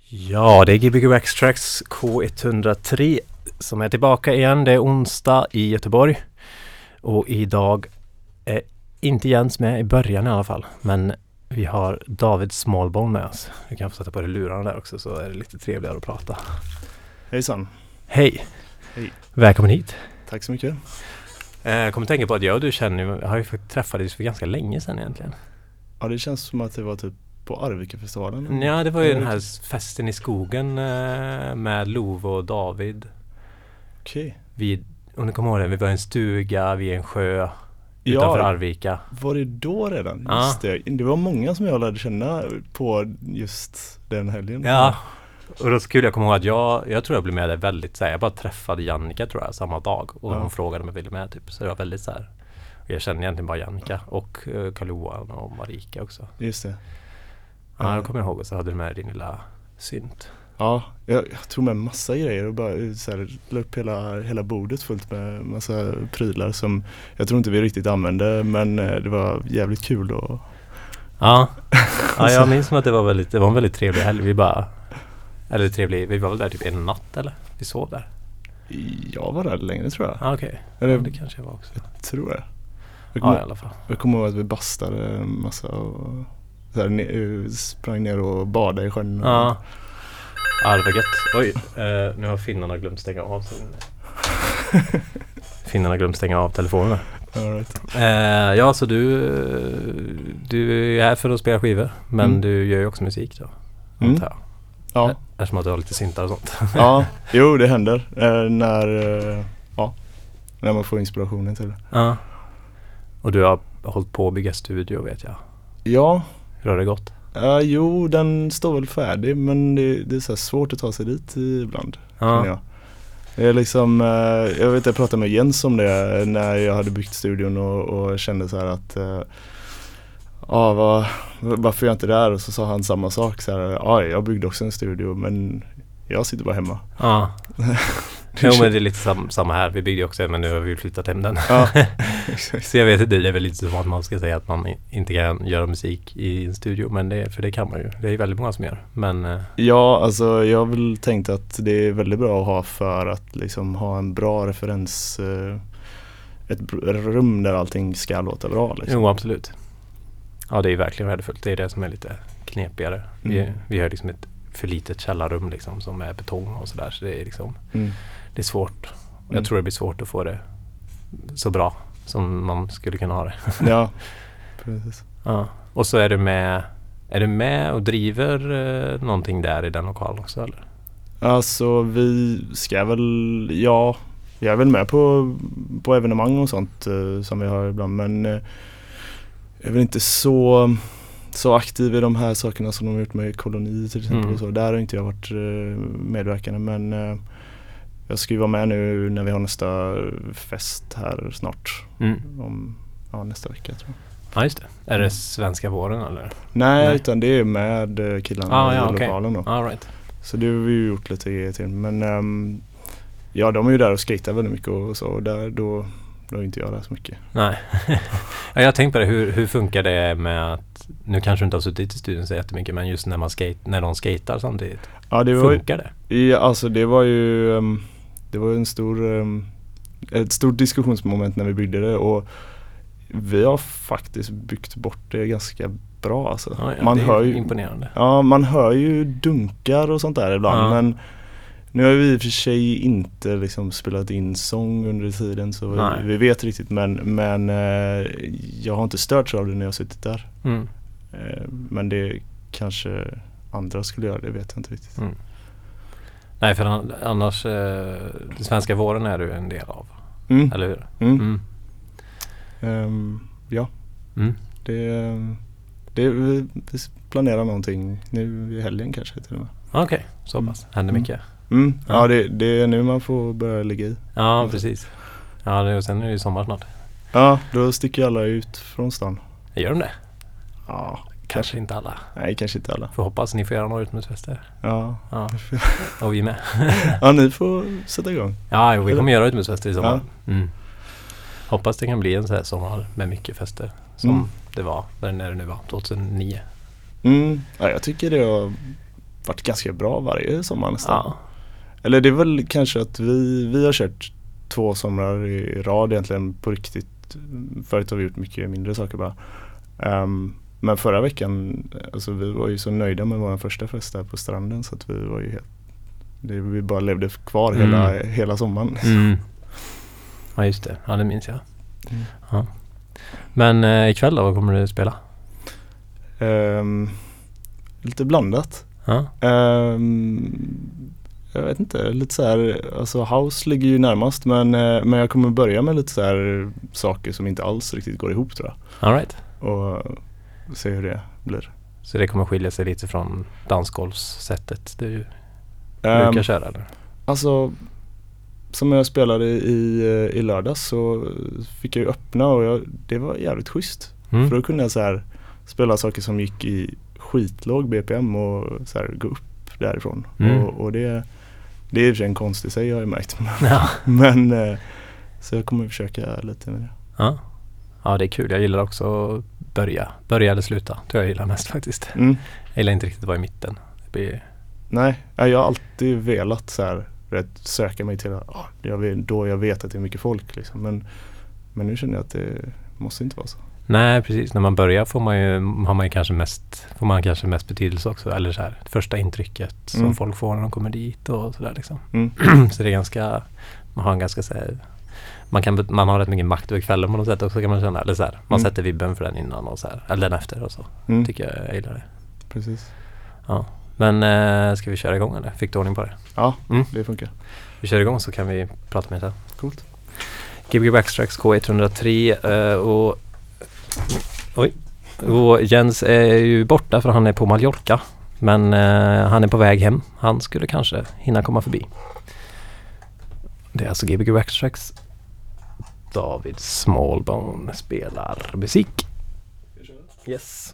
Ja, det är Gbg Waxtrax K103 som är tillbaka igen. Det är onsdag i Göteborg. Och idag är inte Jens med i början i alla fall. Men vi har David Smallbone med oss. Vi kan få sätta på det lurarna där också så är det lite trevligare att prata. Hejsan. Hej. Hej. Välkommen hit. Tack så mycket. Jag kommer tänka på att jag och du har ju träffats för ganska länge sedan egentligen. Ja, det känns som att det var typ på Arvika-festivalen. Ja, det var ju den här festen i skogen med Love och David. Okej. Om ni kommer ihåg det, vi var i en stuga vid en sjö utanför Arvika. Var det då redan? Ja. Just det. Det var många som jag lärde känna på just den helgen. Ja, och då skulle jag komma ihåg att jag tror jag blev med där väldigt så här, jag bara träffade Jannica tror jag samma dag och hon frågade om jag ville med typ, så det var väldigt så här. Och jag kände egentligen bara Jannica och Karl-Johan och Marika också. Just det. Ja, jag kommer ihåg och så hade du med din lilla synt. Ja, jag tog med massa grejer och bara så här, la upp hela bordet fullt med massa prylar som jag tror inte vi riktigt använde, men det var jävligt kul då. Ja, jag minns som att det var en väldigt trevlig helg. Vi var väl där typ en natt eller? Vi sov där. Jag var där längre tror jag. Ja, okej. Eller, det kanske jag var också. Jag tror det. Ja, i alla fall. Jag kommer ihåg att vi bastade en massa och så här, sprang ner och badade i sjön. Ja. Ja, det var gött. Oj, nu har finnarna glömt stänga av Finnarna glömt stänga av telefonen. All right. Ja, så du är här för att spela skivor, men du gör ju också musik då. Antar jag. Ja. Eftersom att du har lite syntar och sånt. Ja, jo det händer när man får inspirationen till det. Ja. Och du har hållit på att bygga studio vet jag. Ja. Hur har det gått? Jo, den står väl färdig, men det är så här svårt att ta sig dit ibland. Ja. Det är liksom, jag pratade med Jens om det när jag hade byggt studion och kände så här att varför är jag inte där? Och så sa han samma sak så här, jag byggde också en studio men jag sitter bara hemma. Ja. Jo, men det är lite samma här. Vi byggde också men nu har vi flyttat hem den. Ja. Så jag vet inte, det är väl lite som att man ska säga att man inte kan göra musik i en studio, men det kan man ju. Det är väldigt många som gör. Men ja, alltså jag har väl tänkt att det är väldigt bra att ha för att liksom ha en bra referens, ett rum där allting ska låta bra liksom. Jo, absolut. Ja, det är verkligen värdefullt. Det är det som är lite knepigare. Vi har liksom ett för litet källarrum liksom, som är betong och sådär, så det är liksom det är svårt. Jag tror det blir svårt att få det så bra som man skulle kunna ha det. Ja, precis. Ja. Och så är du med och driver någonting där i den lokalen också eller? Alltså vi ska väl, jag är väl med på evenemang och sånt som vi har ibland, men jag är väl inte så aktiv i de här sakerna som de har gjort med koloni till exempel och så. Där har inte jag varit medverkande, men jag ska ju vara med nu när vi har nästa fest här snart. Om nästa vecka tror jag. Ja, just det. Är det svenska våren eller? Nej, utan det är med killarna i lokalen då. All right. Så det har vi ju gjort lite grejer till. Men de är ju där och skater väldigt mycket och så. Och då är inte jag där så mycket. Nej. Ja, jag tänkte på det. Hur funkar det med att, nu kanske du inte har suttit i studion så jättemycket, men just när de skater samtidigt. Ja, funkar det? Ja, alltså det var ju ett stort diskussionsmoment när vi byggde det, och vi har faktiskt byggt bort det ganska bra alltså. Ja, man det är hör ju imponerande. Ja, man hör ju dunkar och sånt där ibland, men nu har vi i och för sig inte liksom spelat in sång under tiden, så vi vet riktigt, men jag har inte störts av det när jag har suttit där. Men det kanske andra skulle göra, det vet jag inte riktigt. Nej, för annars den svenska våren är du en del av, eller hur? Ja. Vi planerar någonting nu i helgen kanske till och med. Okej, så pass. Händer mycket. Ja, det är nu man får börja ligga i. Ja, precis. Ja, och sen är det ju sommar snart. Ja, då sticker alla ut från stan. Gör de det? Ja, kanske inte alla. Nej, kanske inte alla. Får hoppas ni får göra några utomhusfester. Ja. Och vi med. Ja, ni får sätta igång. Ja, vi kommer göra utomhusfester i sommar. Ja. Hoppas det kan bli en sån här sommar med mycket fester som det var, när det nu var, 2009. Ja, jag tycker det har varit ganska bra varje sommar nästan. Ja. Eller det är väl kanske att vi har kört 2 somrar i rad egentligen på riktigt. Förut har vi gjort mycket mindre saker bara. Men förra veckan, alltså vi var ju så nöjda med vår första fest där på stranden så att vi var ju vi bara levde kvar hela sommaren. Ja just det, ja det minns jag. Ja. Men ikväll då, vad kommer du spela? Lite blandat. Ja. Jag vet inte, lite så här, alltså house ligger ju närmast men jag kommer börja med lite så här saker som inte alls riktigt går ihop tror jag. All right. Och se hur det blir. Så det kommer skilja sig lite från dansgolvssättet du brukar köra eller? Alltså som jag spelade i lördags så fick jag ju öppna och det var jävligt schysst. För då kunde jag så här spela saker som gick i skitlåg BPM och så här gå upp därifrån. Och det är i och för sig en konst i sig har jag märkt. Men så jag kommer försöka lite med det. Ja, det är kul. Jag gillar också att börja eller sluta. Tror jag gillar mest faktiskt. Jag gillar inte riktigt att vara i mitten. Nej, jag har alltid velat så här söka mig till då jag vet att det är mycket folk liksom. Men nu känner jag att det måste inte vara så. Nej, precis. När man börjar har man kanske mest betydelse också. Eller så här, första intrycket som folk får när de kommer dit och sådär liksom. Så det är ganska, man har en ganska så här, man har rätt mycket makt över kvällen på något sätt också kan man känna. Eller så här, man sätter vibben för den innan och så här, eller den efter och så. Tycker jag gillar det. Precis. Ja. Men ska vi köra igång eller? Fick du ordning på det? Ja, det funkar. Vi kör igång så kan vi prata med det. Coolt. Gbg Backtracks K103 och Jens är ju borta för han är på Mallorca. Men han är på väg hem. Han skulle kanske hinna komma förbi. Det är alltså Gbg Backtracks. David Smallbone spelar musik. Yes.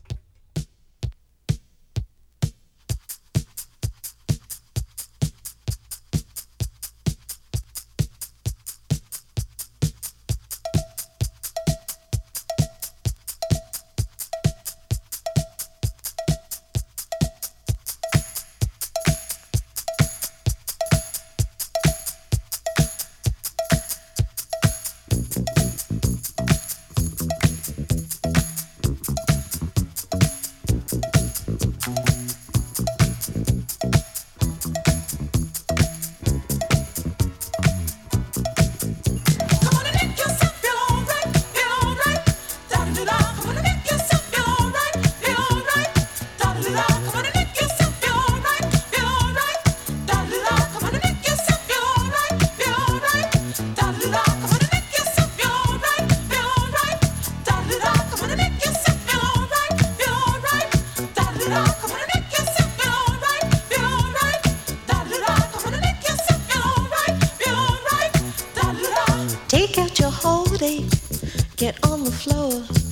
Get on the floor,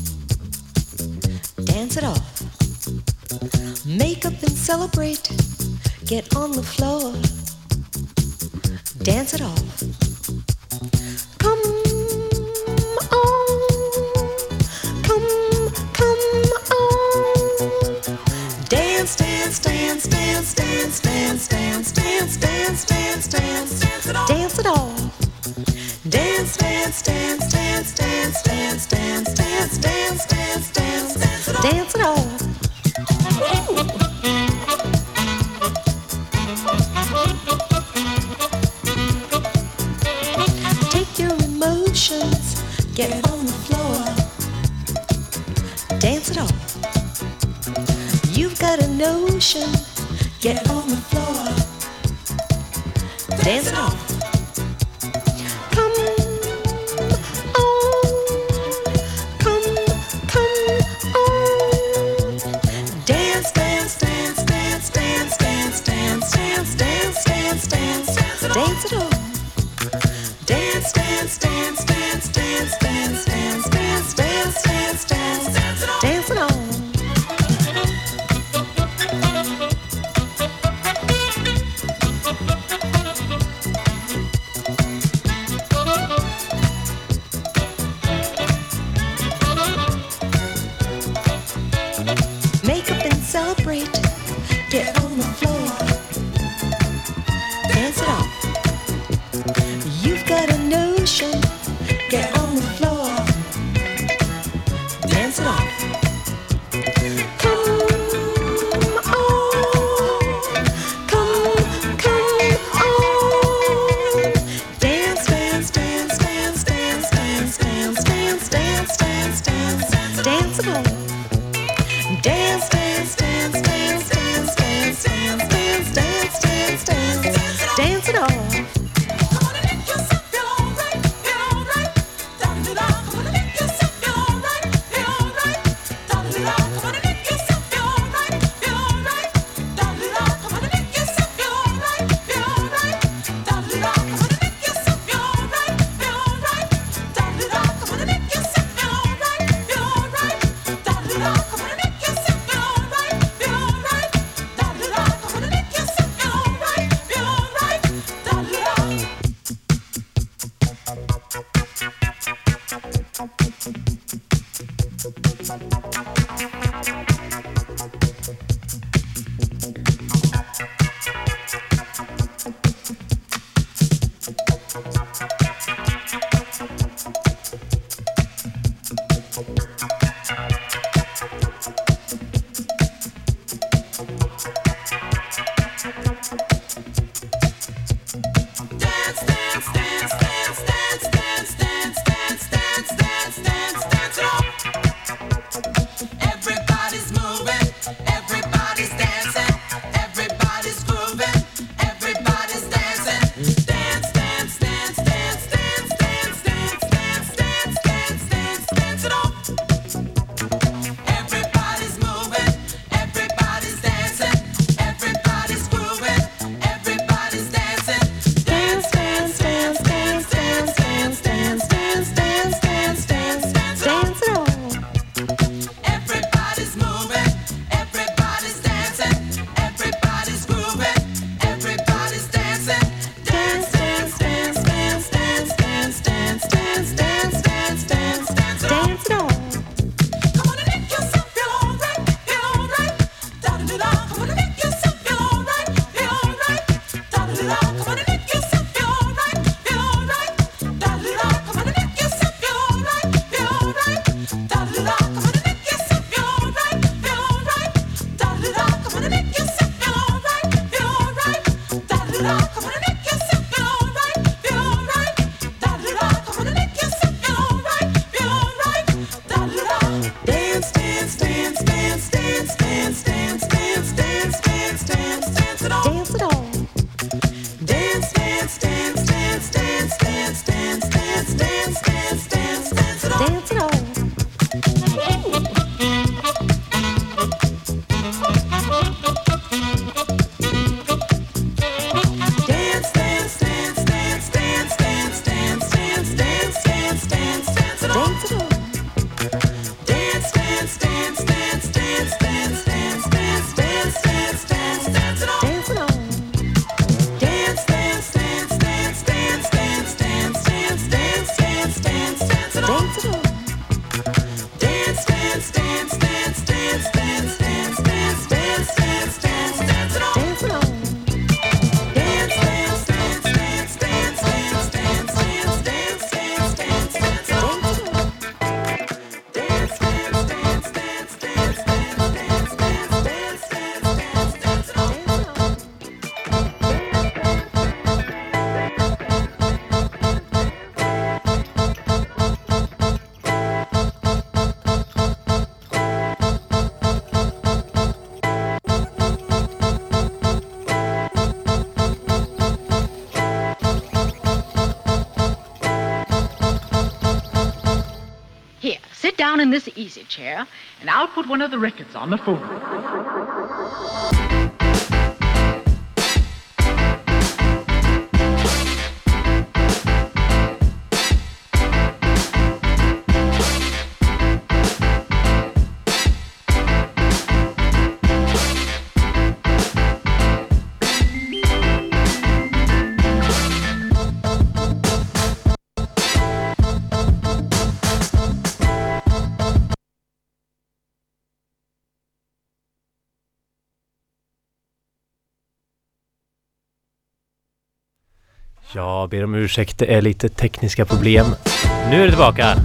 dance it off, make up and celebrate. Get on the floor, dance it off. Come on, come on. Dance, dance, dance, dance, dance, dance, dance, dance, dance, dance, dance, dance it off. Dance, dance, dance, dance, dance, dance, dance, dance, dance, dance, dance, dance it all. Take your emotions, get on the floor, dance it all. You've got a notion, get on the floor, dance it all. Dance it all. Dance, dance, dance, dance, dance, dance, dance, dance, dance, dance, dance, dance it all. Make up and celebrate. Get on the floor. Sit down in this easy chair, and I'll put one of the records on the phone. Jag ber om ursäkt, det är lite tekniska problem. Nu är det tillbaka!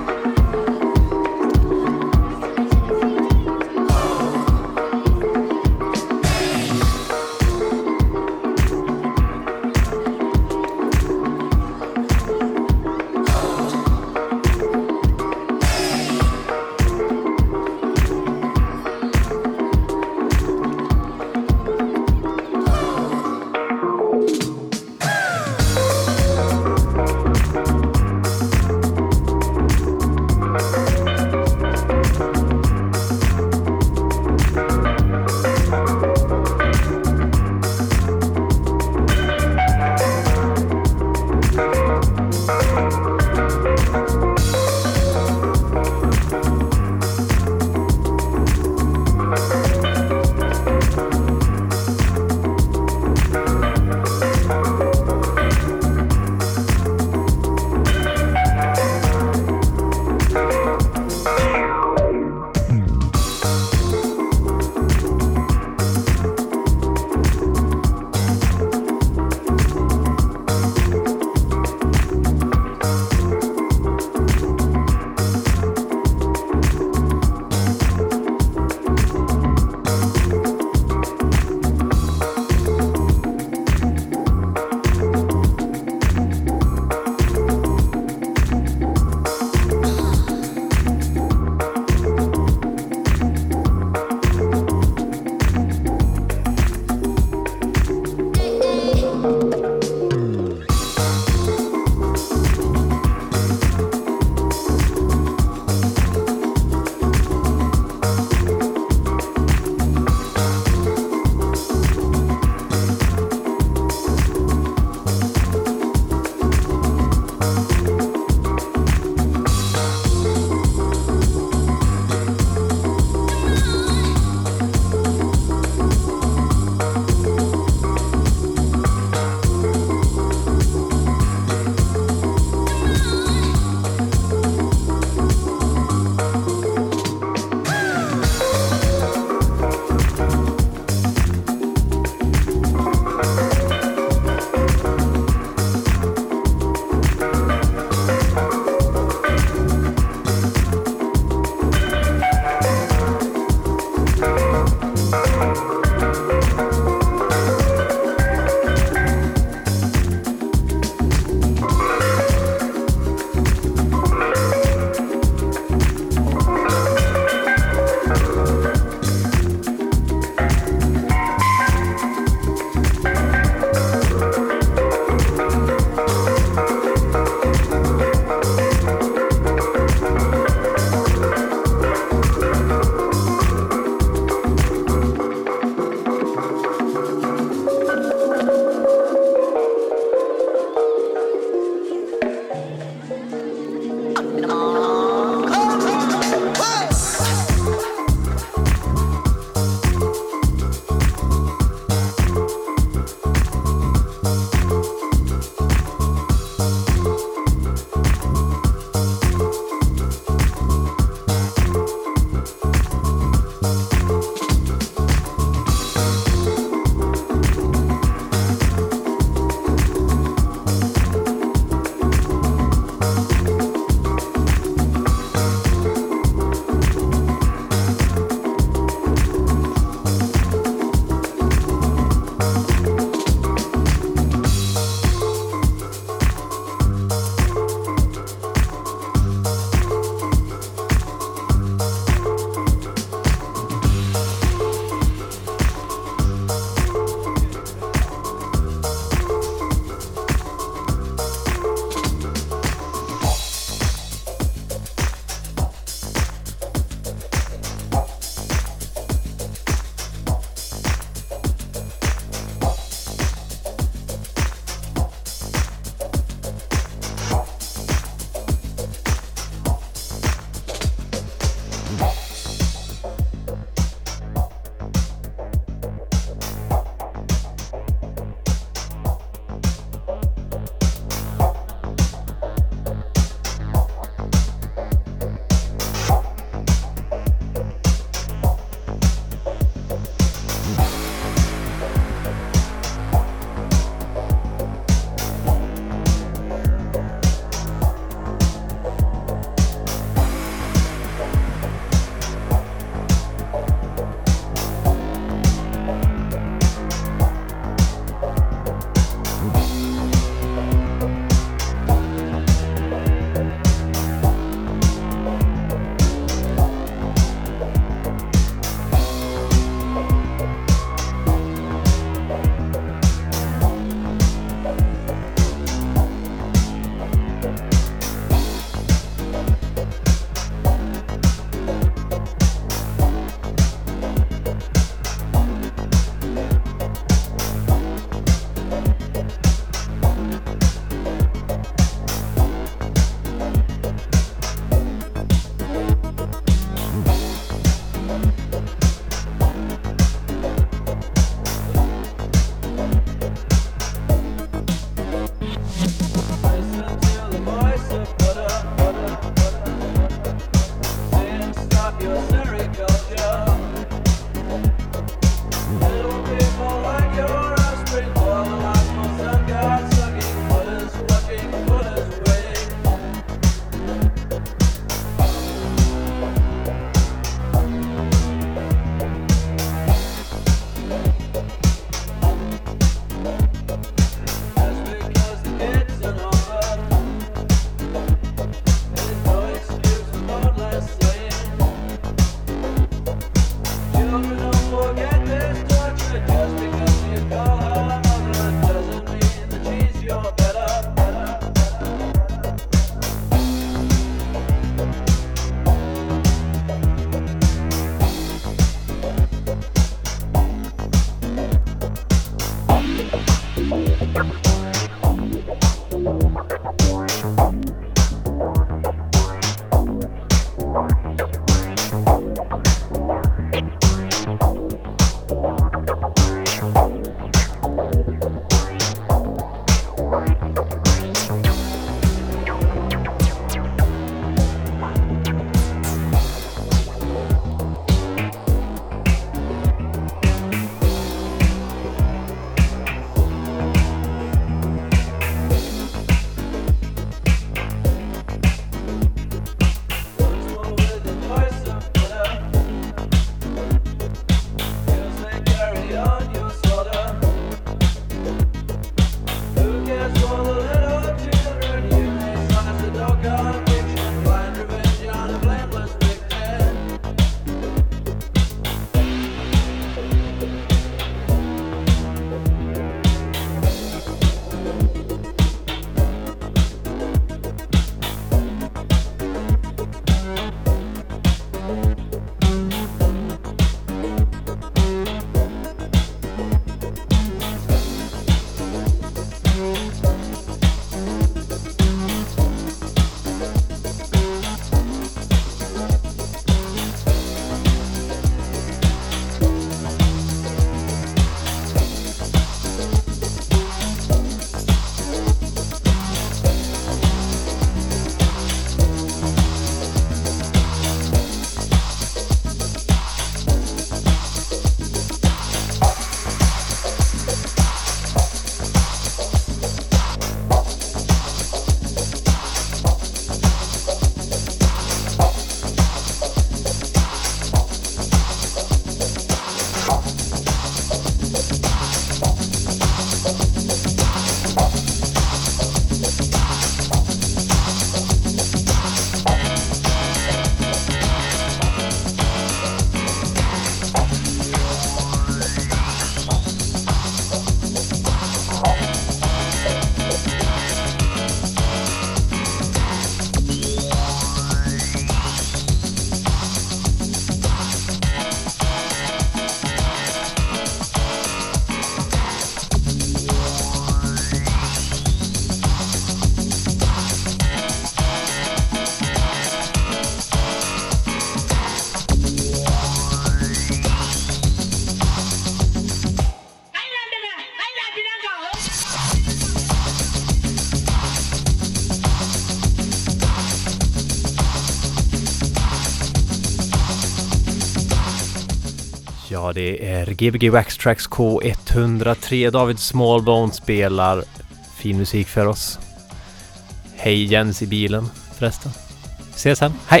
Ja, det är Gbg Wax Trax K103. David Smallbone spelar fin musik för oss. Hej Jens i bilen förresten. Ses sen. Hej!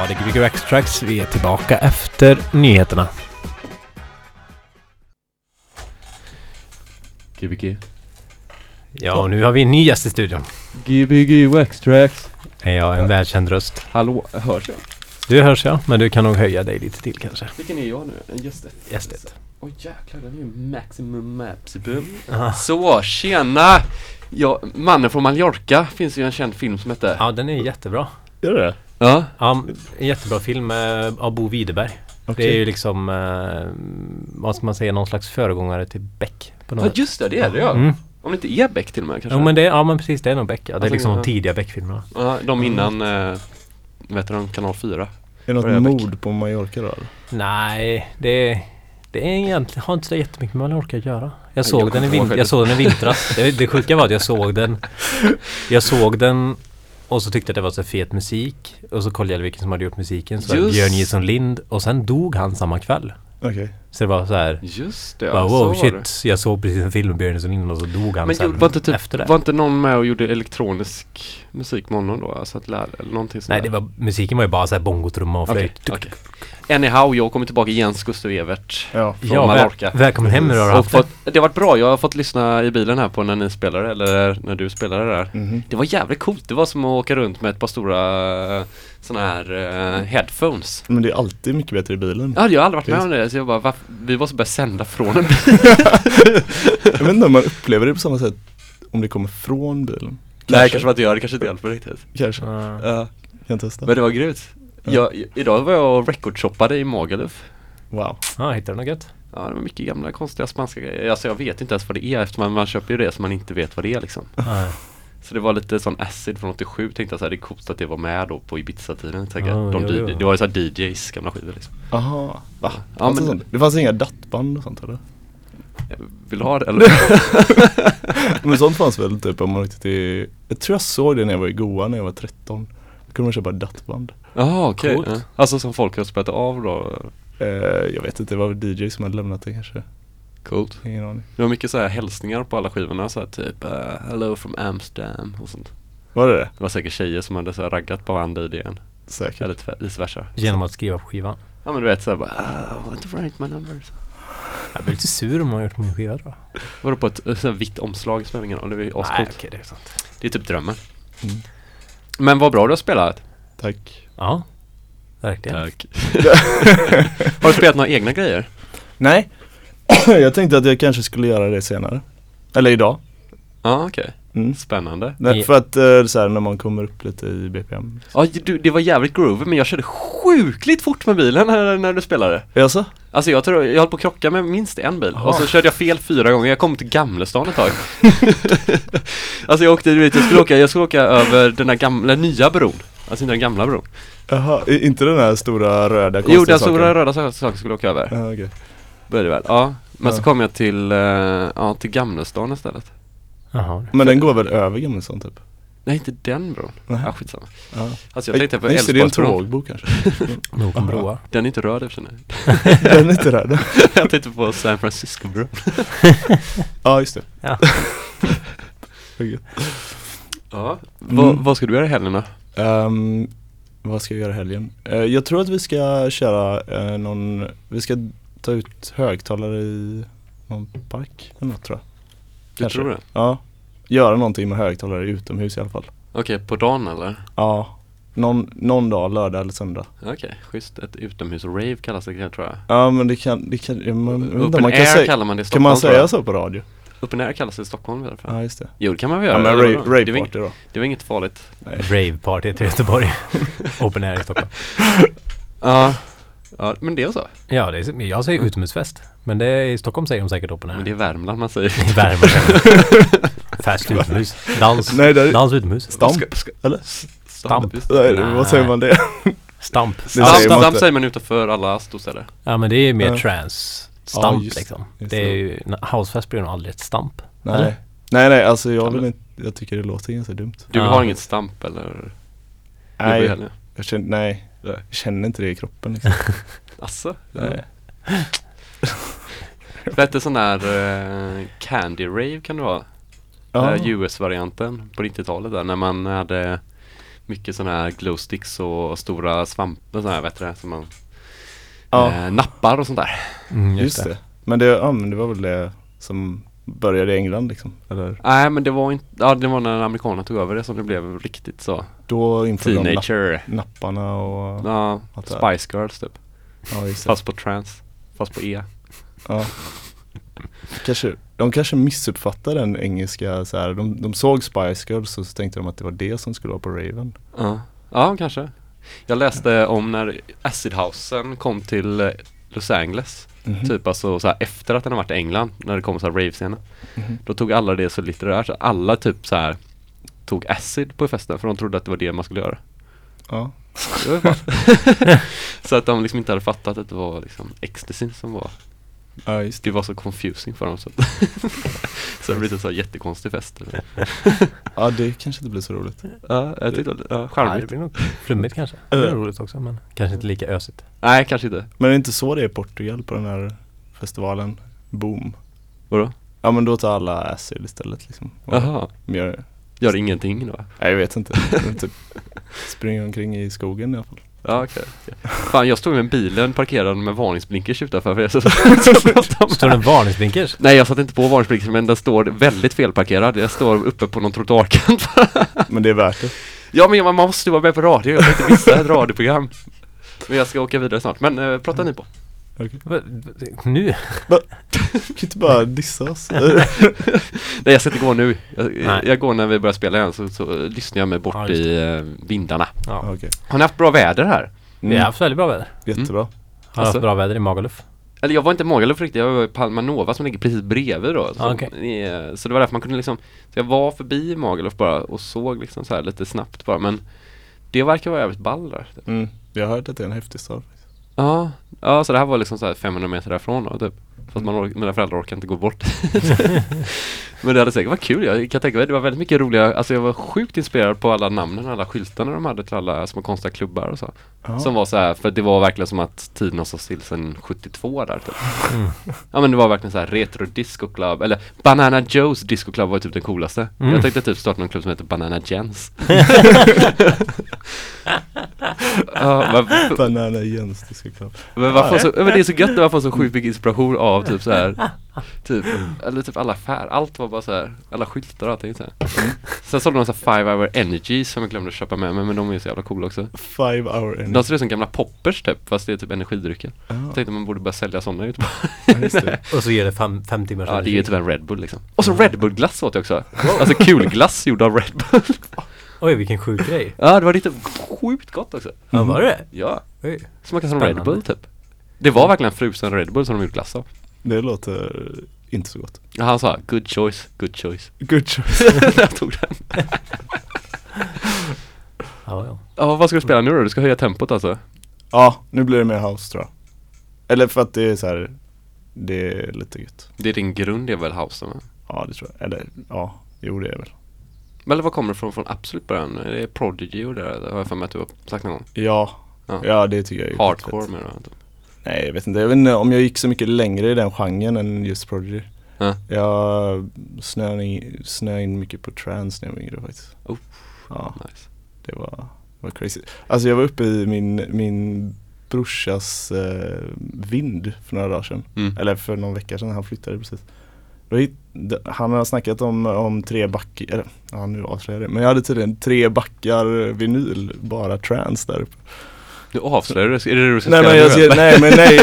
Ja, det är Gbg Extracts. Vi är tillbaka efter nyheterna. Gbg. Ja, och nu har vi en ny gäst i studion. Gbg Extracts. Är jag en välkänd röst? Hallå, hörs jag? Du hörs jag, men du kan nog höja dig lite till kanske. Vilken är jag nu? En gästet? Gästet. Oj jäklar, den är ju maximum maximum. Aha. Så, tjena! Ja, Mannen från Mallorca finns ju en känd film som heter. Ja, den är jättebra. Gör det? Ja. Ja, en jättebra film av Bo Widerberg. Okay. Det är ju liksom, vad ska man säga, någon slags föregångare till Beck. På något Ja sätt. just det är det ja. Mm. Om det inte är Beck till och med kanske. Jo, men ja, men precis, det är nog Beck. Ja. Det är Alltså, liksom ja. de tidiga Beck-filmerna. Ja, de innan, vet du, kanal 4. Är det Vad är något Beck? mord på Mallorca då? Eller? Nej, det är egentligen, har inte så jättemycket med Mallorca att göra. Jag Nej, såg jag den kommer ihåg jag såg den i vintras. Det sjuka var att jag såg den och så tyckte att det var så fet musik. Och så kollade jag vilken som hade gjort musiken. Så var det Just. Björn Gilson Lind. Och sen dog han samma kväll. Okej. Så det var så här, Just det, bara, så wow, var shit. Jag såg precis en film med Björn Gilson Lind och så dog han Men sen var inte, typ, efter det. var inte någon med och gjorde elektronisk musik med honom då? Alltså att lära, eller någonting sånt. Nej, musiken var ju bara så här bongotrumma och flöjt. Okej. Anyhow, jag kommer tillbaka igen, Gustav Evert Ja. från Ja, Mallorca. välkommen hem när du har Och haft det. det har varit bra, jag har fått lyssna i bilen här på när ni spelade, eller när du spelade där. Mhm. Det var jävligt coolt, det var som att åka runt med ett par stora såna här headphones. Men det är alltid mycket bättre i bilen. Ja, jag har aldrig varit med Just. om det, så jag bara, vi måste börja sända från en bil. Jag vet inte om man upplever det på samma sätt om det kommer från bilen. Nej, kanske vad det gör, det kanske inte hjälper riktigt. Kanske. Ja, Kan testa. men det var grymt. Idag var jag och recordshoppade i Magaluf. Wow. Ja, hittar du något gött? Ja, det var mycket gamla konstiga spanska grejer. Alltså jag vet inte ens vad det är eftersom man köper ju det som man inte vet vad det är liksom. Nej. Så det var lite sån acid från 87, tänkte jag så här, det är coolt att det var med då på Ibiza-tiden. Det var ju så här DJs gamla skivor liksom. Aha. Va? Ja, men Det fanns inga dattband och sånt eller? vill du ha det eller? Men sånt fanns väl typ om man åkte till... Jag tror jag såg det när jag var i Goa när jag var 13. Då kunde man köpa dattband. Jaha, okej. Coolt. Ja. Alltså som folk har spelat av då. Jag vet inte, det var väl DJ som hade lämnat det kanske. Coolt. Ingen aning. Det var mycket så här hälsningar på alla skivorna, så här typ hello from Amsterdam och sånt. Var det det? Det var säkert tjejer som hade så här raggat på varandra i det igen. Säkert. Eller vice versa. Genom att skriva på skivan. Ja men du vet såhär bara I want to write my numbers. Jag blir lite sur om man har gjort min skiva då. Var det på ett så här vitt omslag som ingen, och det var ju Nej, ascoolt. okej, det är sant. Det är typ drömmen. Mm. Men vad bra du har spelat. Tack. Ja, verkligen. Tack. Har du spelat några egna grejer? Nej. Jag tänkte att jag kanske skulle göra det senare. Eller idag. Ja, okej. Mm. Spännande. Nej, för att så här, när man kommer upp lite i BPM. Ja, det var jävligt groovy, men jag körde sjukligt fort med bilen när du spelade. Alltså? Alltså jag höll på att krocka med minst en bil. Aha. Och så körde jag fel 4 gånger. Jag kom till Gamlestan ett tag. Alltså jag skulle åka över den här nya bron. Alltså inte den gamla bron. Jaha, inte den här stora röda Jo, konstiga den saken? stora röda saken skulle jag åka över. Ja, okej. Började väl. Ja, men Ja. så kom jag till Gamlestan istället. Jaha. Men den går väl över Gamlestan typ? Nej, inte den bron. Nej. Ja, skitsamma. Ja. Alltså jag tänkte på Just det, är en Älvsborgsbron. tågbok kanske. Nog om broar. Den är inte röd eftersom Den är inte röd. jag tänkte på San Francisco-bron. Ja, just det. Ja. Okej. Ja. Mm. Vad ska du göra i helgen då? Vad ska jag göra i helgen? Jag tror att vi ska köra vi ska ta ut högtalare i någon park eller något tror jag. Du Kanske. tror det? Ja, göra någonting med högtalare utomhus i alla fall. Okej, på dagen eller? Ja, någon dag, lördag eller söndag. Okej, schysst. Ett utomhus-rave kallas det tror jag. Ja, men det kan Open air kallar man det i kan man Stockholm, tror säga jag. så på radio? Open air kallas det i Stockholm i alla fall. Ja, just det. Jo, det kan man väl Ja, göra. men eller vadå? rave det, var party då. det var inget farligt. Nej. Rave-party till Göteborg. Open air i Stockholm. Ja, men det är så. Ja, jag säger utomhusfest. Men det är, i Stockholm säger de säkert open air. Men det är Värmland man säger. I Värmland. Fest utomhus. Dans. Nej, det är Dans utomhus. stamp. Eller? Stamp. Nej, vad säger man det? Stamp. säger man Stamp inte. säger man utanför alla storstäder. Ja, men det är mer Ja. trance. Ja, Stamp just liksom. just Det är ju, housefest blir nog aldrig ett stamp. Nej. Nej, alltså jag tycker det låter ganska dumt. Du Ja. har inget stamp eller? Nej, Heller. jag känner inte det i kroppen liksom. Asså? Nej. För sån där Candy Rave kan det vara. Ja. US-varianten på 90-talet där när man hade mycket sådana här glow sticks och stora svampar sådana här, vet du det, som man nappar och sånt där. Just det. Men det var väl det som började i England liksom, eller? Nej, men det var inte, ja, det var när amerikanerna tog över det som det blev riktigt så. Då införde Teenager. Napparna och Ja, Spice Girls typ. Ja, just det. Fast på trans, fast på E. Ja. De kanske missuppfattade den engelska så här. De såg Spice Girls och så tänkte de att det var det som skulle vara på Raven. Ja, kanske. Jag läste om när Acid Housen kom till Los Angeles. Typ alltså så här, efter att den har varit i England, när det kom så här rave-scener. Då tog alla det så litterärt. Så alla typ så här tog acid på festen för de trodde att det var det man skulle göra. Ja. Det var bara. Så att de liksom inte hade fattat att det var liksom ecstasy som var. Ja, just det var så confusing för dem så, så det blev så jättekonstig fest. Ja, det kanske inte blir så roligt. Ja, jag tyckte charmigt. Det blir nog flummigt kanske. Det är roligt också, men kanske inte lika ösigt. Nej, kanske inte. Men det är inte så det är i Portugal på den här festivalen. Boom. Vadå? Ja, men då tar alla acid istället liksom. Jaha. Gör ingenting då? Nej, jag vet inte. Typ springer omkring i skogen i alla fall. Ja, okej. Fan, jag stod med bilen parkerad med varningsblinkers utanför. För Står det en varningsblinkers? Nej, jag satt inte på varningsblinkers, men den står väldigt felparkerad. Jag står uppe på någon trottoarkant. Men det är värt det. Ja, men man måste vara med på radio. Jag kan inte missa ett radioprogram. Men jag ska åka vidare snart. Men prata ni på. Okay. Nu? Kan inte bara dissa oss? Nej, jag ska inte gå nu. Jag går när vi börjar spela igen, så lyssnar jag mig bort i vindarna. Ja. Okay. Har ni haft bra väder här? Vi har haft väldigt bra väder. Jättebra. Har haft bra väder i Magaluf? Eller jag var inte i Magaluf riktigt, jag var i Palma Nova som ligger precis bredvid då. Så, okay. Så det var därför man kunde liksom, så jag var förbi Magaluf bara och såg liksom så här lite snabbt bara, men det verkar vara jävligt ball där. Jag har hört att det är en häftig stad. Ja, så det här var liksom så här 500 meter därifrån då, typ. Fast mina föräldrar orkar inte gå bort. Men det hade säkert varit kul. Jag kan tänka mig, det var väldigt mycket roliga. Alltså jag var sjukt inspirerad på alla namnen, alla skyltarna de hade till alla små konstiga klubbar och så. Som var så här, för det var verkligen som att tiden har stått still sedan 72 där typ. Ja, men det var verkligen så här retro disco club. Eller Banana Joe's disco club var typ den coolaste. Jag tänkte typ starta någon klubb som heter Banana Jens. Banana Jens disco club. Men det är så gött när man får så sjukt mycket inspiration av typ så här, typ, eller typ alla affär. Allt var bara så här, alla skyltar och allting så här. Sen såg de så 5 Hour Energies som jag glömde att köpa med mig, men de är så jävla coola också. 5 Hour Energy. De ser ut som gamla poppers typ, fast det är typ energidrycker. Jag tänkte man borde börja sälja sådana ut. Och så ger det 5 timmar. Ja, det är ju typ en Red Bull liksom. Och så Red Bull glass åt jag också. Alltså kul glass gjord av Red Bull. Oj, vilken sjuk grej. Ja, det var lite sjukt gott också. Ja, var det? Ja. Smakar som Red Bull typ. Det var verkligen frusen Red Bull som de gjorde glass av. Det låter inte så gott. Ja, han sa, good choice, good choice. Good choice. Jag tog den. Ja. Ja, vad ska du spela nu då? Du ska höja tempot alltså? Ja, nu blir det mer house tror jag. Eller för att det är så här, det är lite gött. Det är din grund är väl house? Va? Ja, det tror jag. Eller, ja, jo det är väl. Men vad kommer det från absolut början? Är det Prodigy och det där? Har jag för mig att du har sagt någon gång? Ja, det tycker jag är hardcore med det. Nej, jag vet inte om jag gick så mycket längre i den genren än just Prodigy. Jag snöade in mycket på trance när jag var yngre faktiskt. Ja, nice. Det var crazy. Alltså jag var uppe i min brorsas vind för några dagar sedan. Eller för någon vecka sedan, han flyttade precis. Han har snackat om 3 backar, eller ja, nu avslöjar det. Men jag hade tydligen 3 backar vinyl, bara trance där uppe. Du avslöjar det? Är det du ska nej,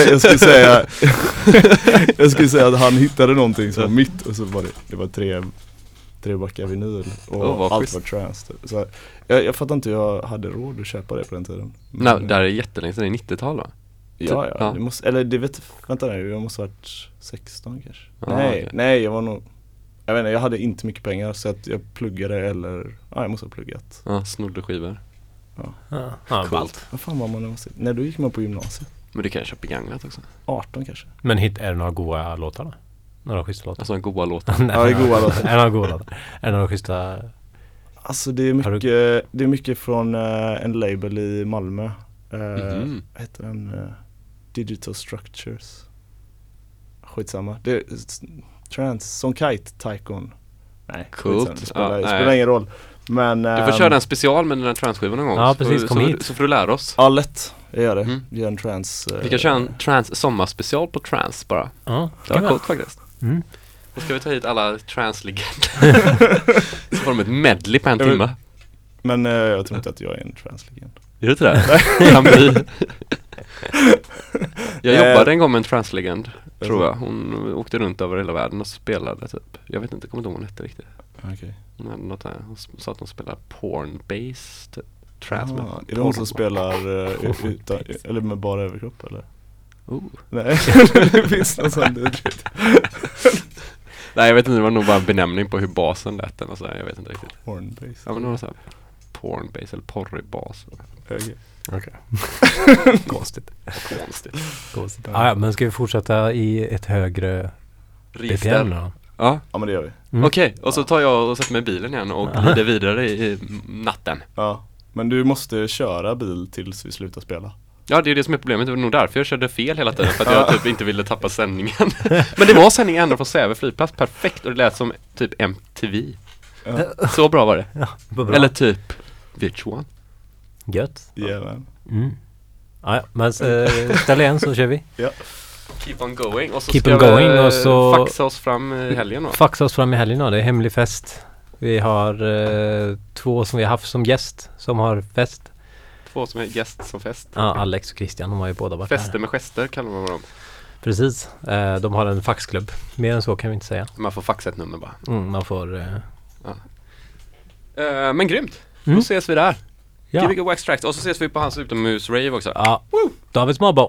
jag skulle säga att han hittade någonting som var mitt, och så var det var 3 backar vinyl och allt var trance. Så jag fattar inte hur jag hade råd att köpa det på den tiden. Nej, det är jättelänge sedan, det är 90-tal va? Ja. Det måste, eller det vänta nu, jag måste ha varit 16 kanske. Nej, jag var nog, jag vet inte, jag hade inte mycket pengar så att jag pluggade eller, jag måste ha pluggat. Ja, snodde skivor. Ja, coolt. Vad fan var man när då gick man på gymnasiet? Men det kan jag köpa begagnat också. 18 kanske. Men är det några goda låtar då? Några schyssta låtar? Alltså goda låtar. Ja, det är goda låtar. Är det några goda låtar? Är det några schyssta? Alltså det är mycket från en label i Malmö. Heter den Digital Structures. Skitsamma. Det är trance, som Kite Tycoon. Nej, coolt. Det spelar ingen roll. Men Du får köra en special med den här transskivan någon gång. Ja, precis, kom hit. Så får du lära oss. Ja, lätt. Jag gör det. Mm. Gör en trans. Vi kan köra en trans sommarspecial på trans bara. Ja, Det var coolt faktiskt. Mm. Då ska vi ta hit alla translegender. Så får de ett medley på en Ja, men- timme. Men jag tror inte att jag är en translegend. Är det inte det? Kan bli. Jag jobbade en gång med en translegend, tror jag. Hon åkte runt över hela världen och spelade typ. Jag vet inte, kommer inte ihåg vad hon hette riktigt. Okej. Hon hade något där. Hon sa att hon spelar porn-based typ. Trans med Är det hon som spelar utan, eller med bara överkropp eller? Nej, det finns någon sån uttryck. Nej, jag vet inte, det var nog bara en benämning på hur basen lät den och så här. Jag vet inte riktigt. Hornbase. Ja, men det var så här porn-based eller porrig bas. Okej. Konstigt. Konstigt. Ja, men ska vi fortsätta i ett högre BPM Register. då? Ja, Ja, men det gör vi. Mm. okej. Och så tar jag och sätter mig i bilen igen och glider vidare i natten. Ja. Men du måste köra bil tills vi slutar spela. Ja, det är det som är problemet. Det var nog därför jag körde fel hela tiden. För att jag typ inte ville tappa sändningen. Men det var sändning ända från Säve flygplats. Perfekt. Och det lät som typ MTV. Ja. Så bra var det. Vad bra. Eller typ Virtual. Gött. Jajamän. Mm. Ja, men ställ igen så kör vi. Ja. Keep on going. Och så Keep ska on going vi och så- faxa oss fram i helgen då. Faxa oss fram i helgen då. Det är hemlig fest. Vi har 2 som vi har haft som gäst som har fest. 2 som är gäst som fest. Ja, Alex och Christian, de har ju båda varit Fester här. med gester kallar man dem. Precis. De har en faxklubb. Mer än så kan vi inte säga. Man får faxa ett nummer bara. Man får... Men grymt. Då Mm. ses vi där. ja. Gbg Wax Tracks. Och så ses vi på hans utomhus-rave också. Ja. David Småbo.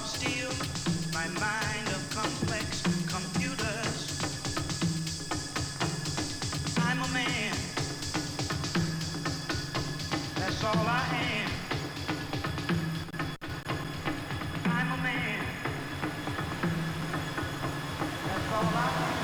of steel, my mind of complex computers. I'm a man, that's all I am. I'm a man, that's all I am.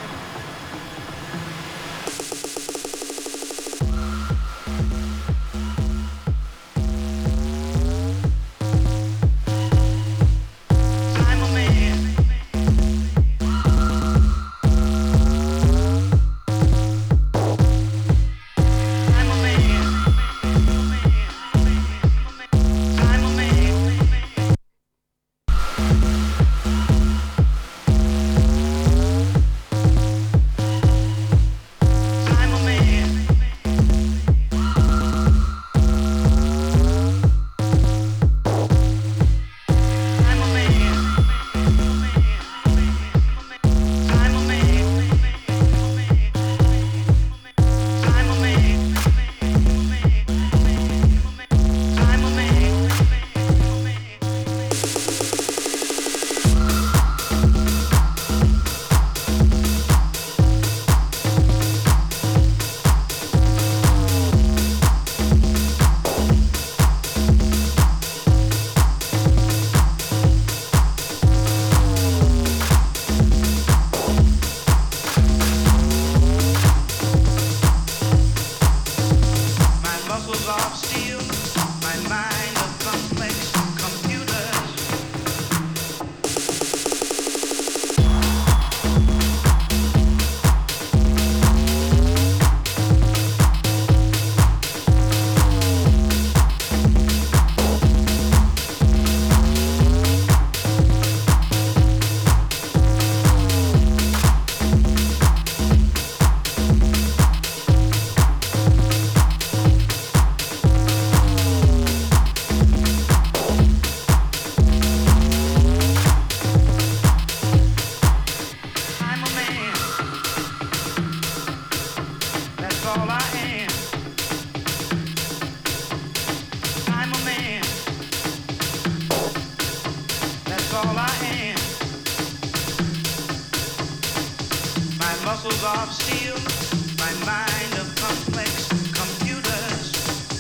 Muscles of steel, my mind of complex computers.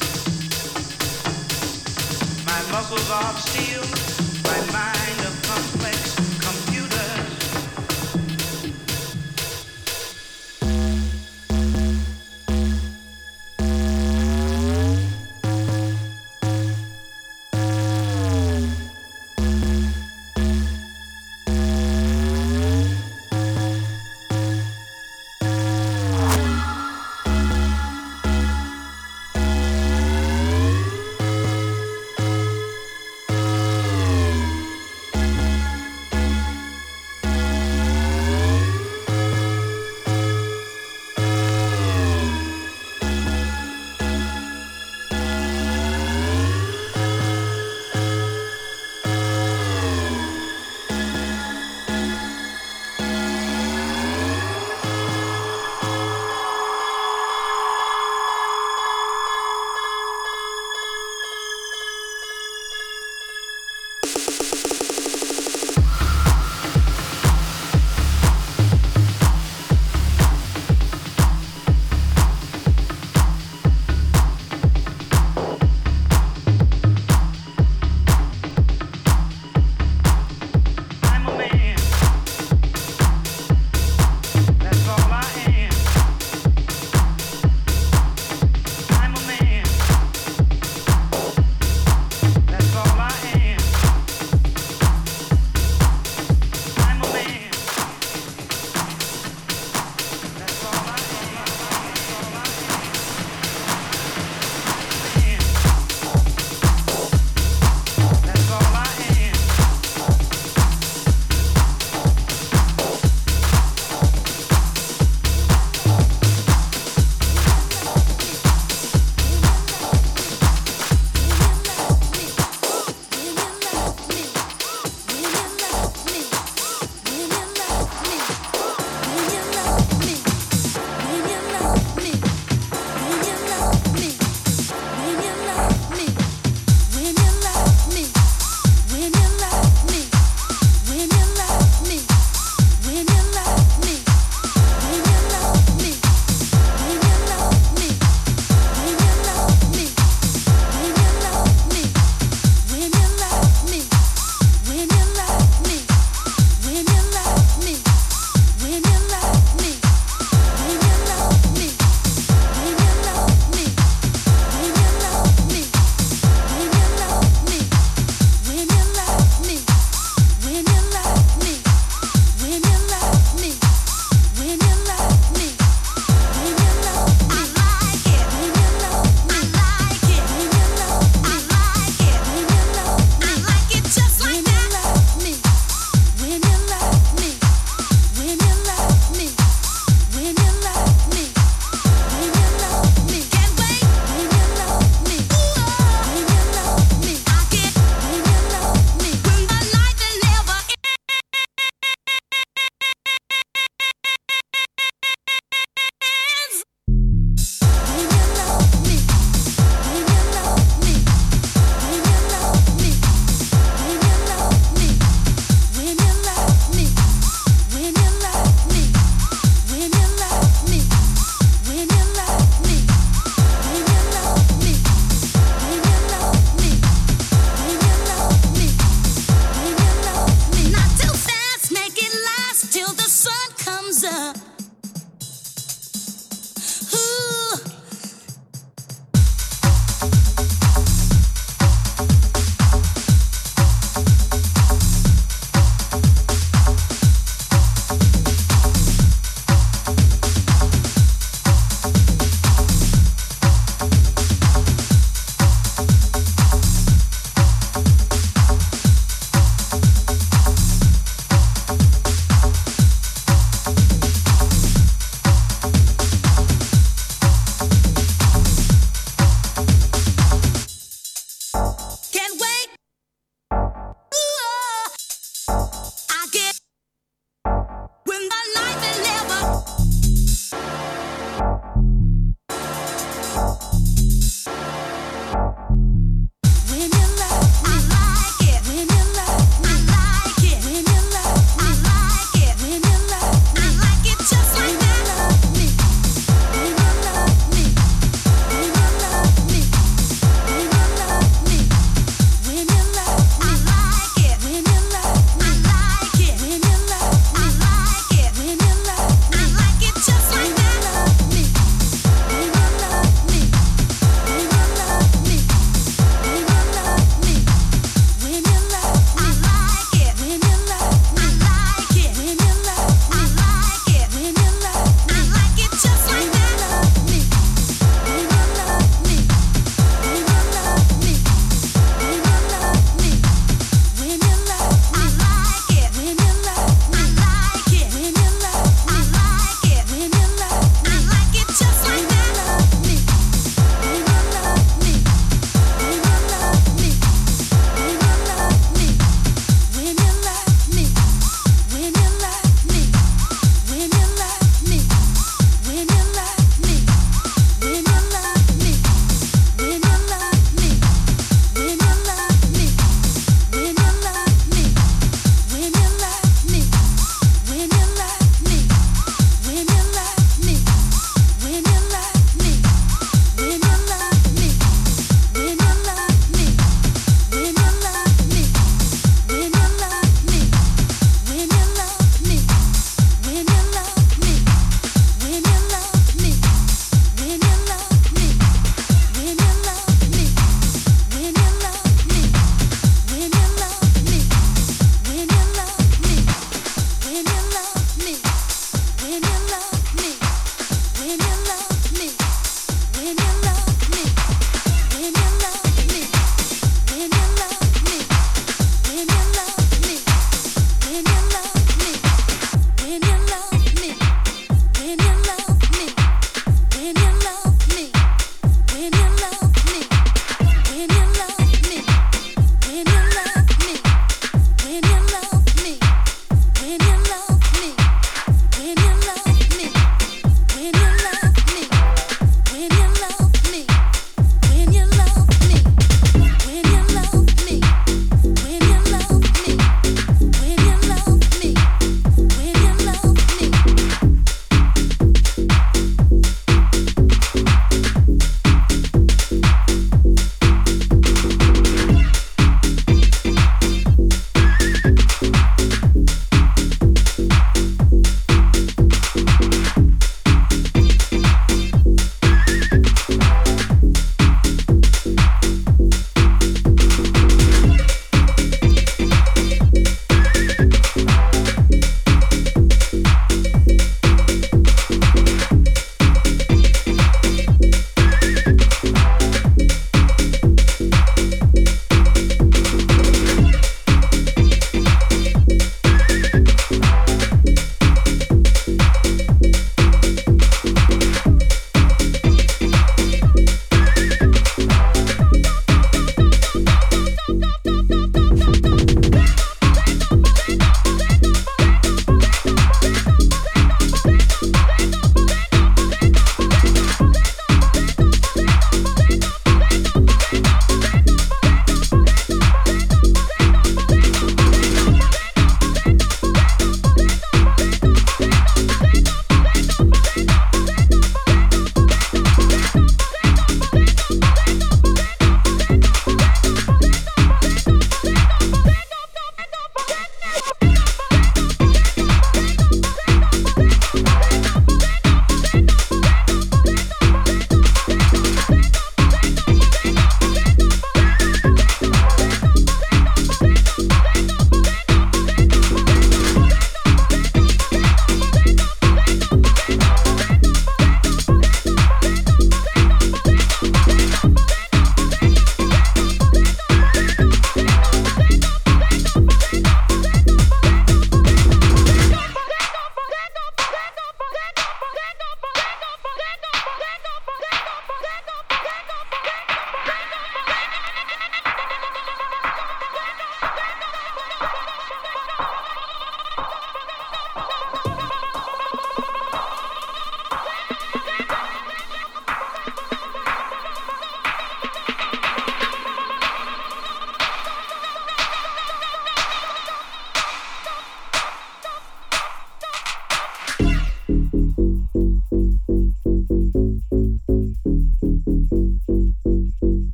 My muscles of steel, my mind of complex computers.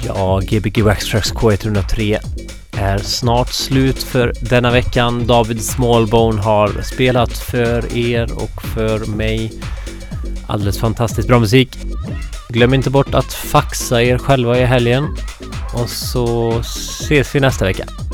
Ja, Gbg Waxtrax K103 är snart slut för denna veckan. David Smallbone har spelat för er och för mig. Alldeles fantastiskt bra musik. Glöm inte bort att faxa er själva i helgen. Och så ses vi nästa vecka.